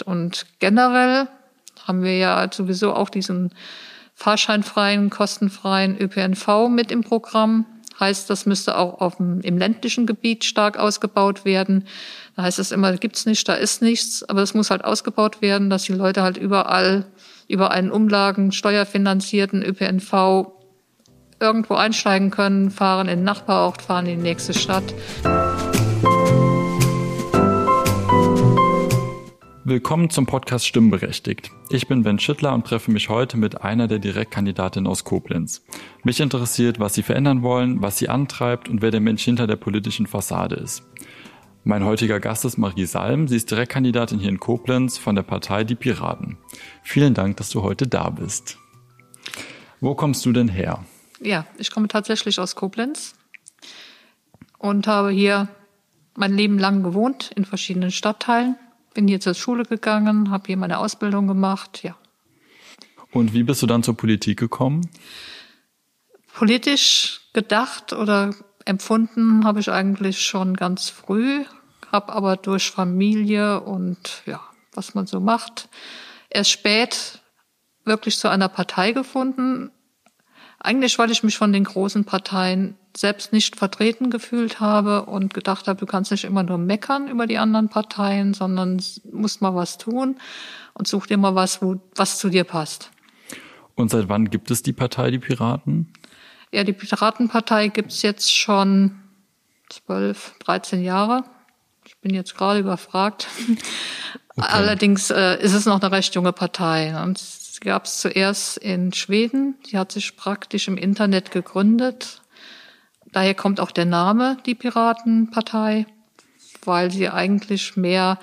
Und generell haben wir ja sowieso auch diesen fahrscheinfreien, kostenfreien ÖPNV mit im Programm. Heißt, das müsste auch im ländlichen Gebiet stark ausgebaut werden. Da heißt es immer, gibt's nicht, da ist nichts. Aber es muss halt ausgebaut werden, dass die Leute halt überall über einen steuerfinanzierten ÖPNV irgendwo einsteigen können, fahren in den Nachbarort, fahren in die nächste Stadt. Willkommen zum Podcast Stimmberechtigt. Ich bin Ben Schittler und treffe mich heute mit einer der Direktkandidatinnen aus Koblenz. Mich interessiert, was sie verändern wollen, was sie antreibt und wer der Mensch hinter der politischen Fassade ist. Mein heutiger Gast ist Marie Salm. Sie ist Direktkandidatin hier in Koblenz von der Partei Die Piraten. Vielen Dank, dass du heute da bist. Wo kommst du denn her? Ja, ich komme tatsächlich aus Koblenz und habe hier mein Leben lang gewohnt in verschiedenen Stadtteilen. Bin hier zur Schule gegangen, habe hier meine Ausbildung gemacht, ja. Und wie bist du dann zur Politik gekommen? Politisch gedacht oder empfunden habe ich eigentlich schon ganz früh, habe aber durch Familie und ja, was man so macht, erst spät wirklich zu einer Partei gefunden. Eigentlich, weil ich mich von den großen Parteien selbst nicht vertreten gefühlt habe und gedacht habe, du kannst nicht immer nur meckern über die anderen Parteien, sondern musst mal was tun und such dir mal was zu dir passt. Und seit wann gibt es die Partei Die Piraten? Ja, die Piratenpartei gibt's jetzt schon 12, 13 Jahre. Ich bin jetzt gerade überfragt. Okay. Allerdings ist es noch eine recht junge Partei. Und sie gab es zuerst in Schweden. Die hat sich praktisch im Internet gegründet. Daher kommt auch der Name, die Piratenpartei, weil sie eigentlich mehr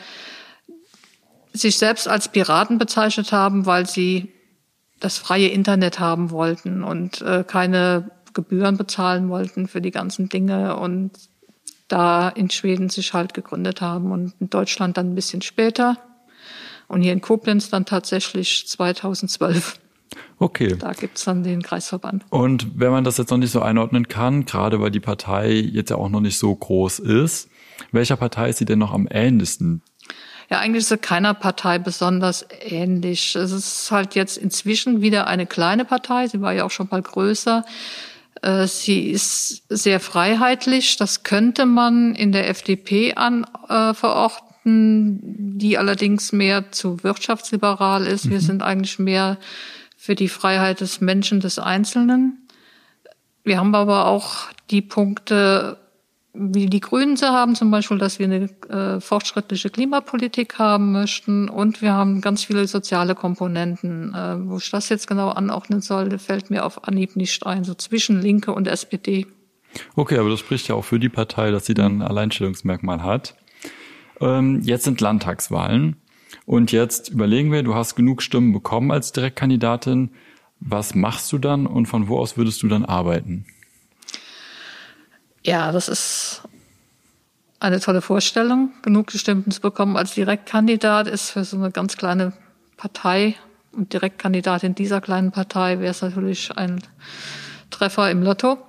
sich selbst als Piraten bezeichnet haben, weil sie das freie Internet haben wollten und keine Gebühren bezahlen wollten für die ganzen Dinge und da in Schweden sich halt gegründet haben und in Deutschland dann ein bisschen später und hier in Koblenz dann tatsächlich 2012. Okay. Da gibt's dann den Kreisverband. Und wenn man das jetzt noch nicht so einordnen kann, gerade weil die Partei jetzt ja auch noch nicht so groß ist, welcher Partei ist sie denn noch am ähnlichsten? Ja, eigentlich ist sie keiner Partei besonders ähnlich. Es ist halt jetzt inzwischen wieder eine kleine Partei. Sie war ja auch schon mal größer. Sie ist sehr freiheitlich. Das könnte man in der FDP verorten, die allerdings mehr zu wirtschaftsliberal ist. Wir sind eigentlich mehr für die Freiheit des Menschen, des Einzelnen. Wir haben aber auch die Punkte, wie die Grünen sie haben, zum Beispiel, dass wir eine fortschrittliche Klimapolitik haben möchten. Und wir haben ganz viele soziale Komponenten. Wo ich das jetzt genau anordnen sollte, fällt mir auf Anhieb nicht ein. So zwischen Linke und SPD. Okay, aber das spricht ja auch für die Partei, dass sie dann ein Alleinstellungsmerkmal hat. Jetzt sind Landtagswahlen. Und jetzt überlegen wir, du hast genug Stimmen bekommen als Direktkandidatin. Was machst du dann und von wo aus würdest du dann arbeiten? Ja, das ist eine tolle Vorstellung. Genug Stimmen zu bekommen als Direktkandidat ist für so eine ganz kleine Partei und Direktkandidatin dieser kleinen Partei wäre es natürlich ein Treffer im Lotto.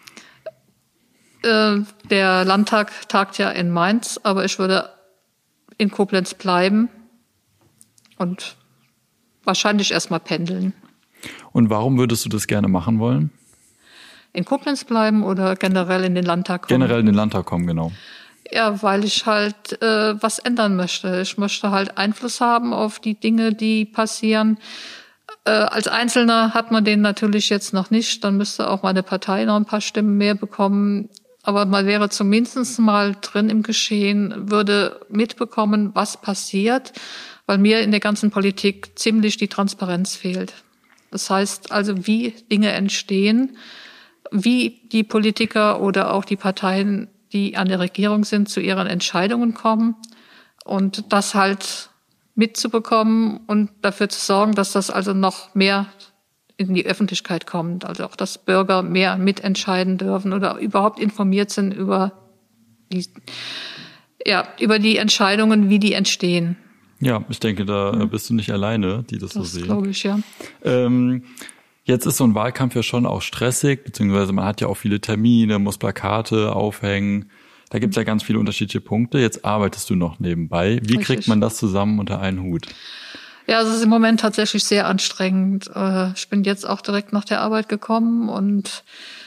Der Landtag tagt ja in Mainz, aber ich würde in Koblenz bleiben und wahrscheinlich erstmal pendeln. Und warum würdest du das gerne machen wollen? In Koblenz bleiben oder generell in den Landtag kommen? Generell in den Landtag kommen, genau. Ja, weil ich halt was ändern möchte. Ich möchte halt Einfluss haben auf die Dinge, die passieren. Als Einzelner hat man den natürlich jetzt noch nicht. Dann müsste auch meine Partei noch ein paar Stimmen mehr bekommen. Aber man wäre zumindest mal drin im Geschehen, würde mitbekommen, was passiert, weil mir in der ganzen Politik ziemlich die Transparenz fehlt. Das heißt also, wie Dinge entstehen, wie die Politiker oder auch die Parteien, die an der Regierung sind, zu ihren Entscheidungen kommen und das halt mitzubekommen und dafür zu sorgen, dass das also noch mehr in die Öffentlichkeit kommt. Also auch, dass Bürger mehr mitentscheiden dürfen oder überhaupt informiert sind über die Entscheidungen, wie die entstehen. Ja, ich denke, da bist du nicht alleine, die das so sehen. Das glaube ich, ja. Jetzt ist so ein Wahlkampf ja schon auch stressig, beziehungsweise man hat ja auch viele Termine, muss Plakate aufhängen. Da gibt's ja ganz viele unterschiedliche Punkte. Jetzt arbeitest du noch nebenbei. Wie kriegt man das zusammen unter einen Hut? Ja, es ist im Moment tatsächlich sehr anstrengend. Ich bin jetzt auch direkt nach der Arbeit gekommen und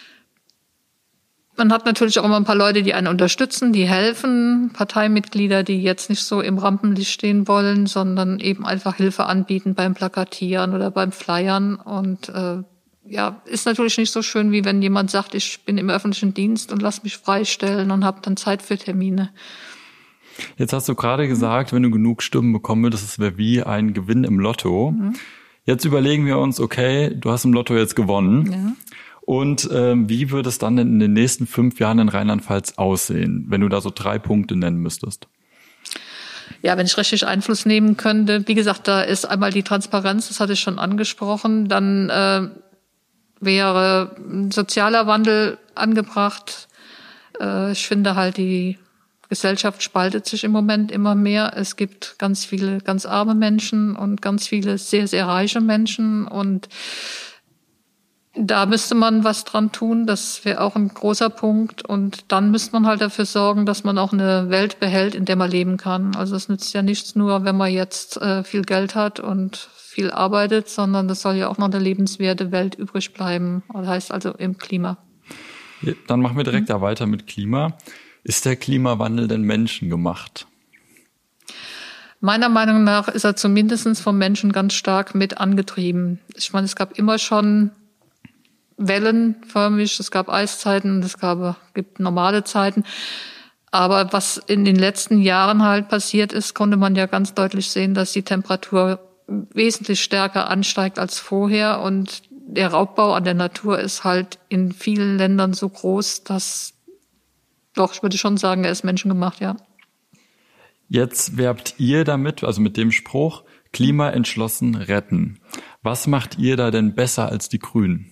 man hat natürlich auch immer ein paar Leute, die einen unterstützen, die helfen, Parteimitglieder, die jetzt nicht so im Rampenlicht stehen wollen, sondern eben einfach Hilfe anbieten beim Plakatieren oder beim Flyern. Und ist natürlich nicht so schön, wie wenn jemand sagt, ich bin im öffentlichen Dienst und lass mich freistellen und habe dann Zeit für Termine. Jetzt hast du gerade gesagt, wenn du genug Stimmen bekommen würdest, es wäre wie ein Gewinn im Lotto. Jetzt überlegen wir uns, okay, du hast im Lotto jetzt gewonnen. Ja. Und wie würde es dann in den nächsten 5 Jahren in Rheinland-Pfalz aussehen, wenn du da so 3 Punkte nennen müsstest? Ja, wenn ich richtig Einfluss nehmen könnte. Wie gesagt, da ist einmal die Transparenz, das hatte ich schon angesprochen. Dann wäre ein sozialer Wandel angebracht. Ich finde halt, die Gesellschaft spaltet sich im Moment immer mehr. Es gibt ganz viele ganz arme Menschen und ganz viele sehr, sehr reiche Menschen. Und da müsste man was dran tun. Das wäre auch ein großer Punkt. Und dann müsste man halt dafür sorgen, dass man auch eine Welt behält, in der man leben kann. Also es nützt ja nichts nur, wenn man jetzt viel Geld hat und viel arbeitet, sondern das soll ja auch noch eine lebenswerte Welt übrig bleiben. Das heißt also im Klima. Dann machen wir direkt da weiter mit Klima. Ist der Klimawandel denn menschengemacht? Meiner Meinung nach ist er zumindest vom Menschen ganz stark mit angetrieben. Ich meine, es gab immer schon wellenförmig, es gab Eiszeiten, es gibt normale Zeiten. Aber was in den letzten Jahren halt passiert ist, konnte man ja ganz deutlich sehen, dass die Temperatur wesentlich stärker ansteigt als vorher. Und der Raubbau an der Natur ist halt in vielen Ländern so groß, dass doch, ich würde schon sagen, er ist menschengemacht, ja. Jetzt werbt ihr damit, also mit dem Spruch, klimaentschlossen retten. Was macht ihr da denn besser als die Grünen?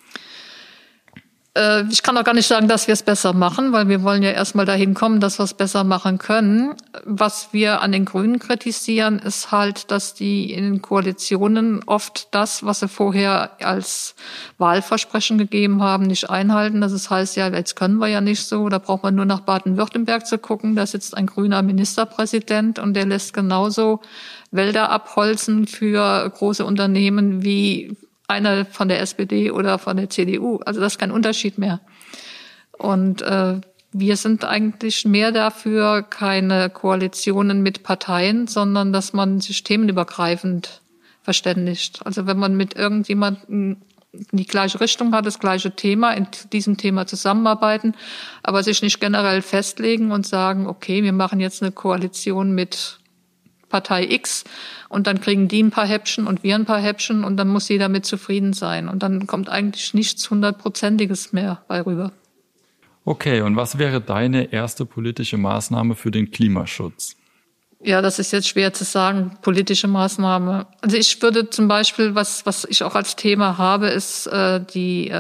Ich kann auch gar nicht sagen, dass wir es besser machen, weil wir wollen ja erstmal dahin kommen, dass wir es besser machen können. Was wir an den Grünen kritisieren, ist halt, dass die in den Koalitionen oft das, was sie vorher als Wahlversprechen gegeben haben, nicht einhalten. Das heißt ja, jetzt können wir ja nicht so, da braucht man nur nach Baden-Württemberg zu gucken. Da sitzt ein grüner Ministerpräsident und der lässt genauso Wälder abholzen für große Unternehmen wie einer von der SPD oder von der CDU. Also das ist kein Unterschied mehr. Und wir sind eigentlich mehr dafür, keine Koalitionen mit Parteien, sondern dass man sich themenübergreifend verständigt. Also wenn man mit irgendjemandem die gleiche Richtung hat, das gleiche Thema, in diesem Thema zusammenarbeiten, aber sich nicht generell festlegen und sagen, okay, wir machen jetzt eine Koalition mit Partei X und dann kriegen die ein paar Häppchen und wir ein paar Häppchen und dann muss jeder mit zufrieden sein. Und dann kommt eigentlich nichts 100%iges mehr bei rüber. Okay, und was wäre deine erste politische Maßnahme für den Klimaschutz? Ja, das ist jetzt schwer zu sagen, politische Maßnahme. Also ich würde zum Beispiel, was ich auch als Thema habe, ist die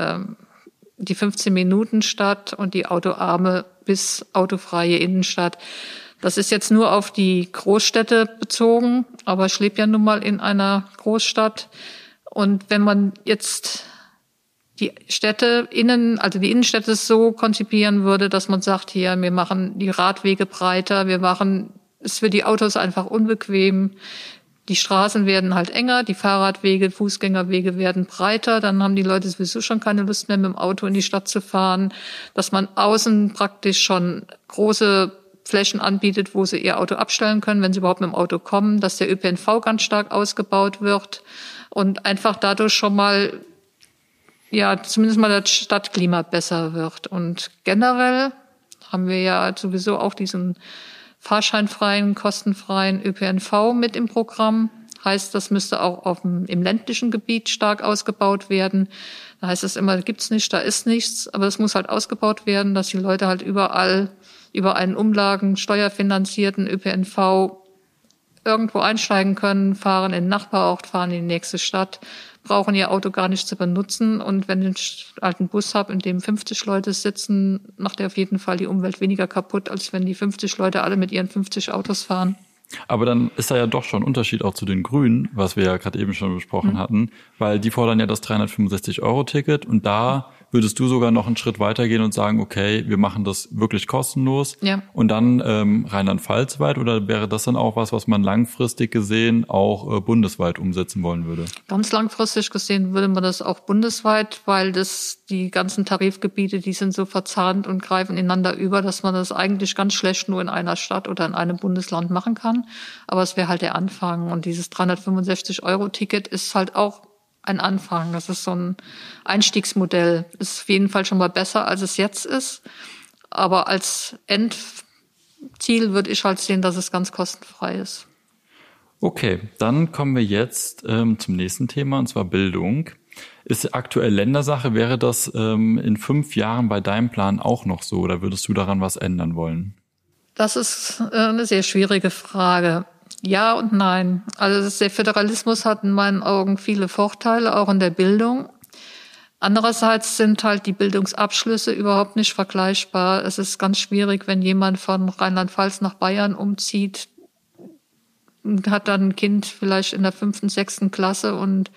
15-Minuten-Stadt und die autoarme bis autofreie Innenstadt. Das ist jetzt nur auf die Großstädte bezogen, aber ich lebe ja nun mal in einer Großstadt. Und wenn man jetzt die Städte also die Innenstädte so konzipieren würde, dass man sagt, hier, wir machen die Radwege breiter, wir machen es für die Autos einfach unbequem. Die Straßen werden halt enger, die Fahrradwege, Fußgängerwege werden breiter, dann haben die Leute sowieso schon keine Lust mehr, mit dem Auto in die Stadt zu fahren. Dass man außen praktisch schon große Flächen anbietet, wo sie ihr Auto abstellen können, wenn sie überhaupt mit dem Auto kommen, dass der ÖPNV ganz stark ausgebaut wird und einfach dadurch schon mal, ja, zumindest mal das Stadtklima besser wird. Und generell haben wir ja sowieso auch diesen fahrscheinfreien, kostenfreien ÖPNV mit im Programm. Heißt, das müsste auch im ländlichen Gebiet stark ausgebaut werden. Da heißt es immer, gibt's nicht, da ist nichts. Aber es muss halt ausgebaut werden, dass die Leute halt überall über einen steuerfinanzierten ÖPNV irgendwo einsteigen können, fahren in den Nachbarort, fahren in die nächste Stadt, brauchen ihr Auto gar nicht zu benutzen. Und wenn ich halt einen Bus habe, in dem 50 Leute sitzen, macht er auf jeden Fall die Umwelt weniger kaputt, als wenn die 50 Leute alle mit ihren 50 Autos fahren. Aber dann ist da ja doch schon ein Unterschied auch zu den Grünen, was wir ja gerade eben schon besprochen hatten, weil die fordern ja das 365-Euro-Ticket und da würdest du sogar noch einen Schritt weitergehen und sagen, okay, wir machen das wirklich kostenlos und dann Rheinland-Pfalz weit, oder wäre das dann auch was man langfristig gesehen auch bundesweit umsetzen wollen würde? Ganz langfristig gesehen würde man das auch bundesweit, weil die ganzen Tarifgebiete, die sind so verzahnt und greifen ineinander über, dass man das eigentlich ganz schlecht nur in einer Stadt oder in einem Bundesland machen kann. Aber es wäre halt der Anfang. Und dieses 365-Euro-Ticket ist halt auch ein Anfang. Das ist so ein Einstiegsmodell. Ist auf jeden Fall schon mal besser, als es jetzt ist. Aber als Endziel würde ich halt sehen, dass es ganz kostenfrei ist. Okay, dann kommen wir jetzt zum nächsten Thema, und zwar Bildung. Ist aktuell Ländersache. Wäre das in 5 Jahren bei deinem Plan auch noch so, oder würdest du daran was ändern wollen? Das ist eine sehr schwierige Frage. Ja und nein. Also der Föderalismus hat in meinen Augen viele Vorteile, auch in der Bildung. Andererseits sind halt die Bildungsabschlüsse überhaupt nicht vergleichbar. Es ist ganz schwierig, wenn jemand von Rheinland-Pfalz nach Bayern umzieht, hat dann ein Kind vielleicht in der 5., 6. Klasse und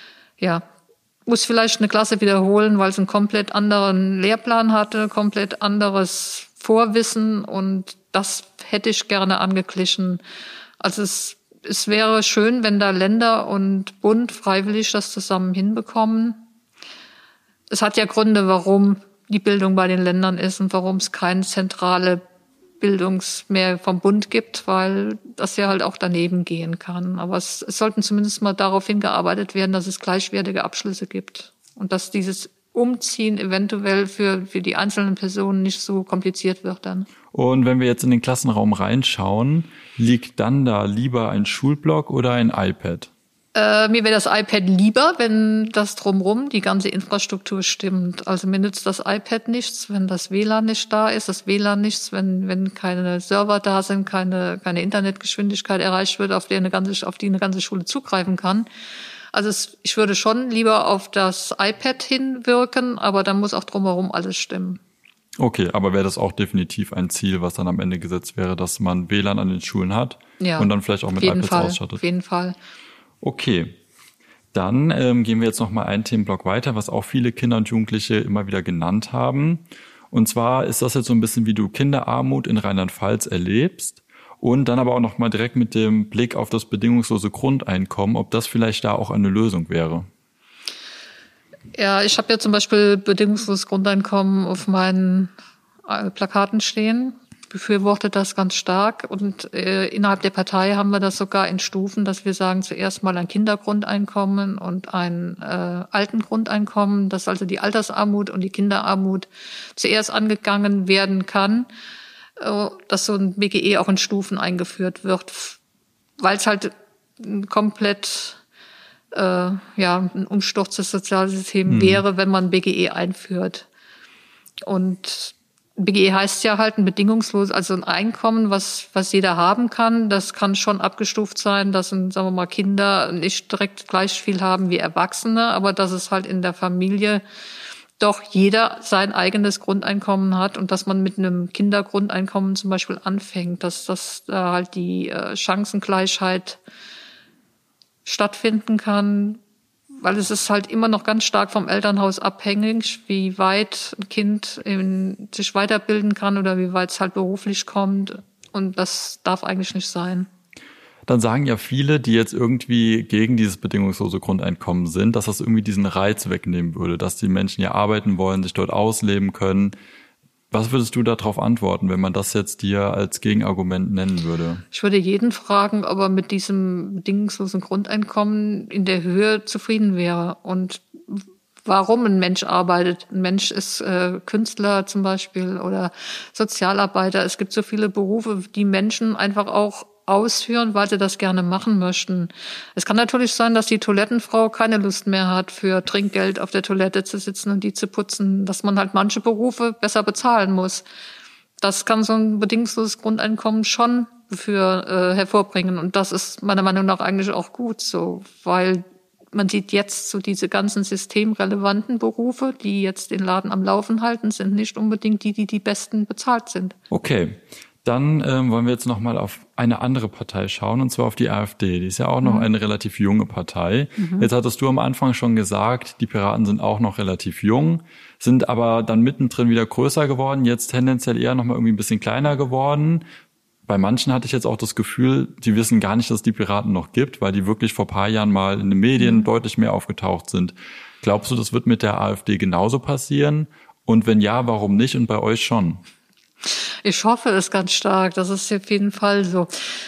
muss vielleicht eine Klasse wiederholen, weil es einen komplett anderen Lehrplan hatte, komplett anderes Vorwissen, und das hätte ich gerne angeglichen. Also es wäre schön, wenn da Länder und Bund freiwillig das zusammen hinbekommen. Es hat ja Gründe, warum die Bildung bei den Ländern ist und warum es keine zentrale Bildungs mehr vom Bund gibt, weil das ja halt auch daneben gehen kann. Aber es sollten zumindest mal darauf hingearbeitet werden, dass es gleichwertige Abschlüsse gibt und dass dieses Umziehen eventuell für die einzelnen Personen nicht so kompliziert wird dann. Und wenn wir jetzt in den Klassenraum reinschauen, liegt dann da lieber ein Schulblock oder ein iPad? Mir wäre das iPad lieber, wenn das drumherum, die ganze Infrastruktur stimmt. Also mir nützt das iPad nichts, wenn das WLAN nicht da ist, das WLAN nichts, wenn keine Server da sind, keine Internetgeschwindigkeit erreicht wird, auf die eine ganze Schule zugreifen kann. Also ich würde schon lieber auf das iPad hinwirken, aber dann muss auch drumherum alles stimmen. Okay, aber wäre das auch definitiv ein Ziel, was dann am Ende gesetzt wäre, dass man WLAN an den Schulen hat und dann vielleicht auch mit iPads ausstattet? Auf jeden Fall. Okay, dann gehen wir jetzt noch mal einen Themenblock weiter, was auch viele Kinder und Jugendliche immer wieder genannt haben. Und zwar ist das jetzt so ein bisschen, wie du Kinderarmut in Rheinland-Pfalz erlebst, und dann aber auch noch mal direkt mit dem Blick auf das bedingungslose Grundeinkommen, ob das vielleicht da auch eine Lösung wäre. Ja, ich habe ja zum Beispiel bedingungsloses Grundeinkommen auf meinen Plakaten stehen. Befürworte das ganz stark, und innerhalb der Partei haben wir das sogar in Stufen, dass wir sagen, zuerst mal ein Kindergrundeinkommen und ein Altengrundeinkommen, dass also die Altersarmut und die Kinderarmut zuerst angegangen werden kann, dass so ein BGE auch in Stufen eingeführt wird, weil es halt komplett ein Umsturz des Sozialsystems wäre, wenn man BGE einführt. Und BGE heißt ja halt ein bedingungslos, also ein Einkommen, was jeder haben kann. Das kann schon abgestuft sein, dass, sagen wir mal, Kinder nicht direkt gleich viel haben wie Erwachsene, aber dass es halt in der Familie doch jeder sein eigenes Grundeinkommen hat und dass man mit einem Kindergrundeinkommen zum Beispiel anfängt, dass da halt die Chancengleichheit stattfinden kann, weil es ist halt immer noch ganz stark vom Elternhaus abhängig, wie weit ein Kind sich weiterbilden kann oder wie weit es halt beruflich kommt. Und das darf eigentlich nicht sein. Dann sagen ja viele, die jetzt irgendwie gegen dieses bedingungslose Grundeinkommen sind, dass das irgendwie diesen Reiz wegnehmen würde, dass die Menschen ja arbeiten wollen, sich dort ausleben können. Was würdest du darauf antworten, wenn man das jetzt dir als Gegenargument nennen würde? Ich würde jeden fragen, ob er mit diesem bedingungslosen Grundeinkommen in der Höhe zufrieden wäre und warum ein Mensch arbeitet. Ein Mensch ist Künstler zum Beispiel oder Sozialarbeiter. Es gibt so viele Berufe, die Menschen einfach auch ausführen, weil sie das gerne machen möchten. Es kann natürlich sein, dass die Toilettenfrau keine Lust mehr hat, für Trinkgeld auf der Toilette zu sitzen und die zu putzen, dass man halt manche Berufe besser bezahlen muss. Das kann so ein bedingungsloses Grundeinkommen schon hervorbringen. Und das ist meiner Meinung nach eigentlich auch gut so, weil man sieht jetzt so diese ganzen systemrelevanten Berufe, die jetzt den Laden am Laufen halten, sind nicht unbedingt die besten bezahlt sind. Okay, dann wollen wir jetzt nochmal auf eine andere Partei schauen, und zwar auf die AfD. Die ist ja auch noch eine relativ junge Partei. Jetzt hattest du am Anfang schon gesagt, die Piraten sind auch noch relativ jung, sind aber dann mittendrin wieder größer geworden, jetzt tendenziell eher noch mal irgendwie ein bisschen kleiner geworden. Bei manchen hatte ich jetzt auch das Gefühl, die wissen gar nicht, dass es die Piraten noch gibt, weil die wirklich vor ein paar Jahren mal in den Medien deutlich mehr aufgetaucht sind. Glaubst du, das wird mit der AfD genauso passieren? Und wenn ja, warum nicht und bei euch schon? Ich hoffe es ganz stark. Das ist auf jeden Fall so.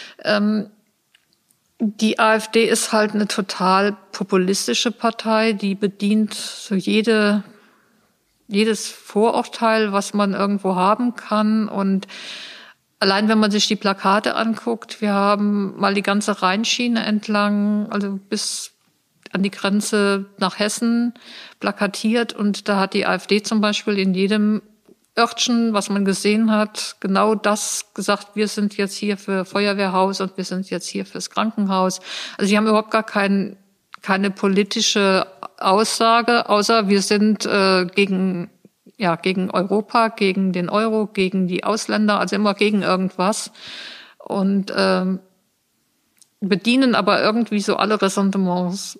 Die AfD ist halt eine total populistische Partei, die bedient so jedes Vorurteil, was man irgendwo haben kann. Und allein wenn man sich die Plakate anguckt, wir haben mal die ganze Rheinschiene entlang, also bis an die Grenze nach Hessen plakatiert. Und da hat die AfD zum Beispiel in jedem Örtchen, was man gesehen hat, genau das gesagt, wir sind jetzt hier für Feuerwehrhaus und wir sind jetzt hier fürs Krankenhaus. Also sie haben überhaupt gar keine politische Aussage, außer wir sind gegen Europa, gegen den Euro, gegen die Ausländer, also immer gegen irgendwas. Und bedienen aber irgendwie so alle Ressentiments.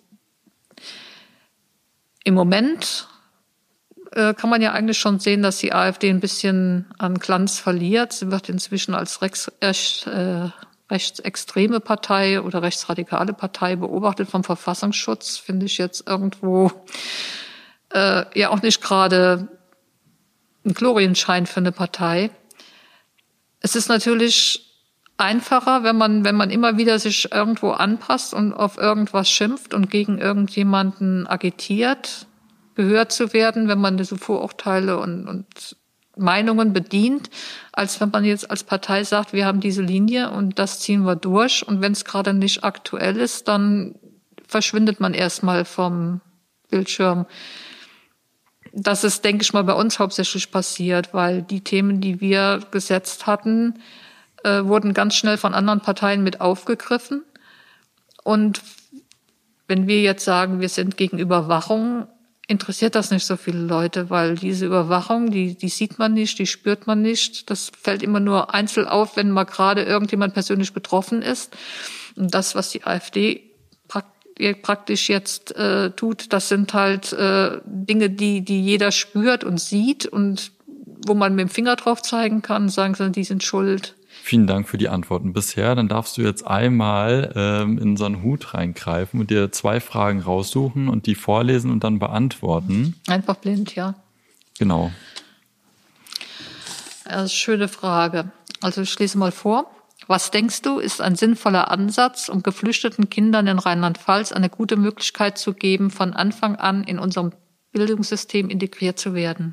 Im Moment kann man ja eigentlich schon sehen, dass die AfD ein bisschen an Glanz verliert. Sie wird inzwischen als rechtsextreme Partei oder rechtsradikale Partei beobachtet vom Verfassungsschutz. Finde ich jetzt irgendwo ja auch nicht gerade ein Glorienschein für eine Partei. Es ist natürlich einfacher, wenn man immer wieder sich irgendwo anpasst und auf irgendwas schimpft und gegen irgendjemanden agitiert, gehört zu werden, wenn man diese Vorurteile und Meinungen bedient, als wenn man jetzt als Partei sagt, wir haben diese Linie und das ziehen wir durch. Und wenn es gerade nicht aktuell ist, dann verschwindet man erstmal vom Bildschirm. Das ist, denke ich mal, bei uns hauptsächlich passiert, weil die Themen, die wir gesetzt hatten, wurden ganz schnell von anderen Parteien mit aufgegriffen. Und wenn wir jetzt sagen, wir sind gegen Überwachung, interessiert das nicht so viele Leute, weil diese Überwachung, die sieht man nicht, die spürt man nicht. Das fällt immer nur einzeln auf, wenn mal gerade irgendjemand persönlich betroffen ist. Und das, was die AfD praktisch jetzt tut, das sind halt Dinge, die jeder spürt und sieht und wo man mit dem Finger drauf zeigen kann und sagen kann, die sind schuld. Vielen Dank für die Antworten bisher. Dann darfst du jetzt einmal in so einen Hut reingreifen und dir 2 Fragen raussuchen und die vorlesen und dann beantworten. Einfach blind, ja. Genau. Das ist eine schöne Frage. Also ich lese mal vor. Was denkst du, ist ein sinnvoller Ansatz, um geflüchteten Kindern in Rheinland-Pfalz eine gute Möglichkeit zu geben, von Anfang an in unserem Bildungssystem integriert zu werden?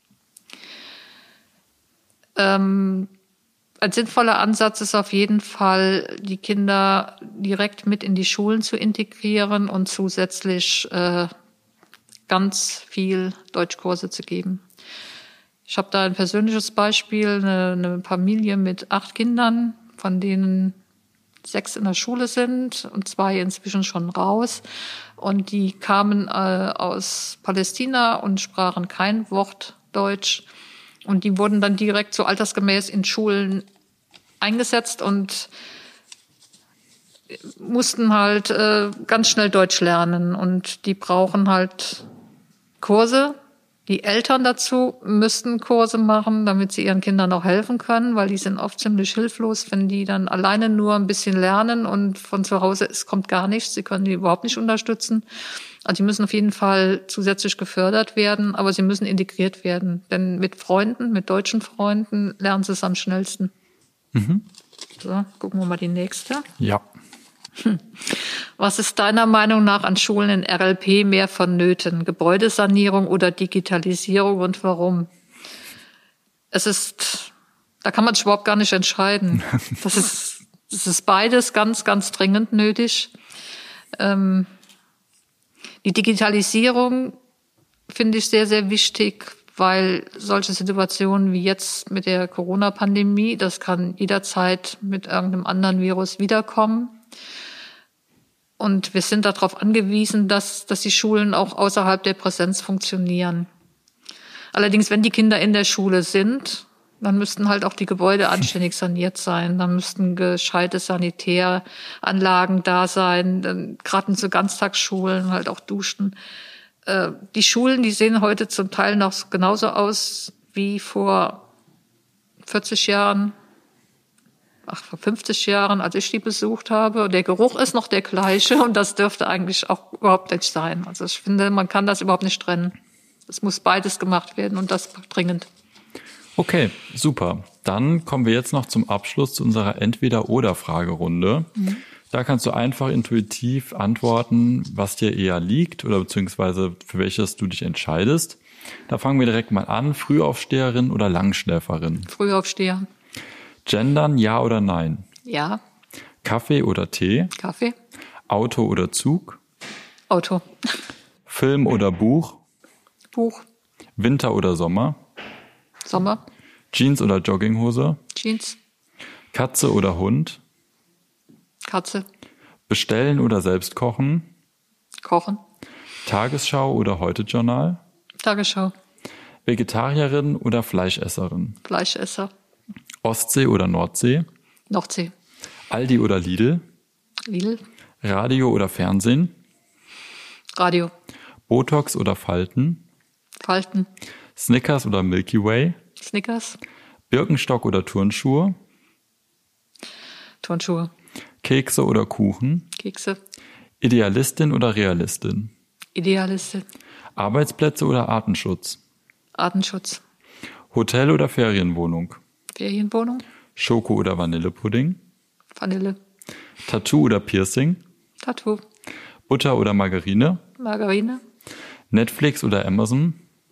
Ein sinnvoller Ansatz ist auf jeden Fall, die Kinder direkt mit in die Schulen zu integrieren und zusätzlich ganz viel Deutschkurse zu geben. Ich habe da ein persönliches Beispiel, eine Familie mit 8 Kindern, von denen 6 in der Schule sind und 2 inzwischen schon raus. Und die kamen aus Palästina und sprachen kein Wort Deutsch. Und die wurden dann direkt so altersgemäß in Schulen eingesetzt und mussten halt ganz schnell Deutsch lernen. Und die brauchen halt Kurse. Die Eltern dazu müssten Kurse machen, damit sie ihren Kindern auch helfen können, weil die sind oft ziemlich hilflos, wenn die dann alleine nur ein bisschen lernen und von zu Hause, es kommt gar nichts, sie können die überhaupt nicht unterstützen. Also die müssen auf jeden Fall zusätzlich gefördert werden, aber sie müssen integriert werden. Denn mit Freunden, mit deutschen Freunden lernen sie es am schnellsten. So, gucken wir mal die nächste. Ja. Was ist deiner Meinung nach an Schulen in RLP mehr vonnöten? Gebäudesanierung oder Digitalisierung und warum? Da kann man sich überhaupt gar nicht entscheiden. Das ist beides ganz, ganz dringend nötig. Die Digitalisierung finde ich sehr, sehr wichtig, weil solche Situationen wie jetzt mit der Corona-Pandemie, das kann jederzeit mit irgendeinem anderen Virus wiederkommen. Und wir sind darauf angewiesen, dass die Schulen auch außerhalb der Präsenz funktionieren. Allerdings, wenn die Kinder in der Schule sind, Dann müssten halt auch die Gebäude anständig saniert sein. Dann müssten gescheite Sanitäranlagen da sein. Gerade in so Ganztagsschulen halt auch Duschen. Die Schulen, die sehen heute zum Teil noch genauso aus wie vor 40 Jahren. Vor 50 Jahren, als ich die besucht habe. Und der Geruch ist noch der gleiche und das dürfte eigentlich auch überhaupt nicht sein. Also ich finde, man kann das überhaupt nicht trennen. Es muss beides gemacht werden und das dringend. Okay, super. Dann kommen wir jetzt noch zum Abschluss zu unserer Entweder-oder-Fragerunde. Da kannst du einfach intuitiv antworten, was dir eher liegt oder beziehungsweise für welches du dich entscheidest. Da fangen wir direkt mal an. Frühaufsteherin oder Langschläferin? Frühaufsteher. Gendern, ja oder nein? Ja. Kaffee oder Tee? Kaffee. Auto oder Zug? Auto. Film oder Buch? Buch. Winter oder Sommer? Sommer. Jeans oder Jogginghose? Jeans. Katze oder Hund? Katze. Bestellen oder selbst kochen? Kochen. Tagesschau oder Heute-Journal? Tagesschau. Vegetarierin oder Fleischesserin? Fleischesser. Ostsee oder Nordsee? Nordsee. Aldi oder Lidl? Lidl. Radio oder Fernsehen? Radio. Botox oder Falten? Falten. Snickers oder Milky Way? Snickers. Birkenstock oder Turnschuhe? Turnschuhe. Kekse oder Kuchen? Kekse. Idealistin oder Realistin? Idealistin. Arbeitsplätze oder Artenschutz? Artenschutz. Hotel oder Ferienwohnung? Ferienwohnung. Schoko oder Vanillepudding? Vanille. Tattoo oder Piercing? Tattoo. Butter oder Margarine? Margarine. Netflix oder Amazon?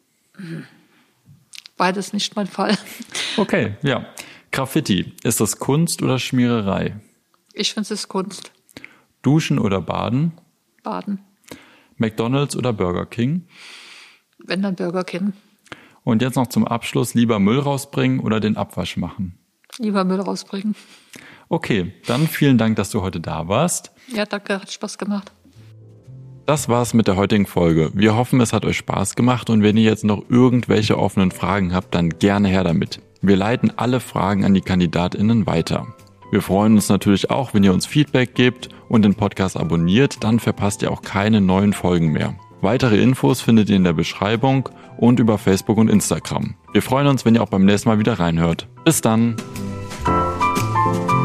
Beides nicht mein Fall. Okay, ja. Graffiti, ist das Kunst oder Schmiererei? Ich finde es ist Kunst. Duschen oder Baden? Baden. McDonald's oder Burger King? Wenn dann Burger King. Und jetzt noch zum Abschluss, lieber Müll rausbringen oder den Abwasch machen? Lieber Müll rausbringen. Okay, dann vielen Dank, dass du heute da warst. Ja, danke, hat Spaß gemacht. Das war's mit der heutigen Folge. Wir hoffen, es hat euch Spaß gemacht und wenn ihr jetzt noch irgendwelche offenen Fragen habt, dann gerne her damit. Wir leiten alle Fragen an die KandidatInnen weiter. Wir freuen uns natürlich auch, wenn ihr uns Feedback gebt und den Podcast abonniert, dann verpasst ihr auch keine neuen Folgen mehr. Weitere Infos findet ihr in der Beschreibung und über Facebook und Instagram. Wir freuen uns, wenn ihr auch beim nächsten Mal wieder reinhört. Bis dann!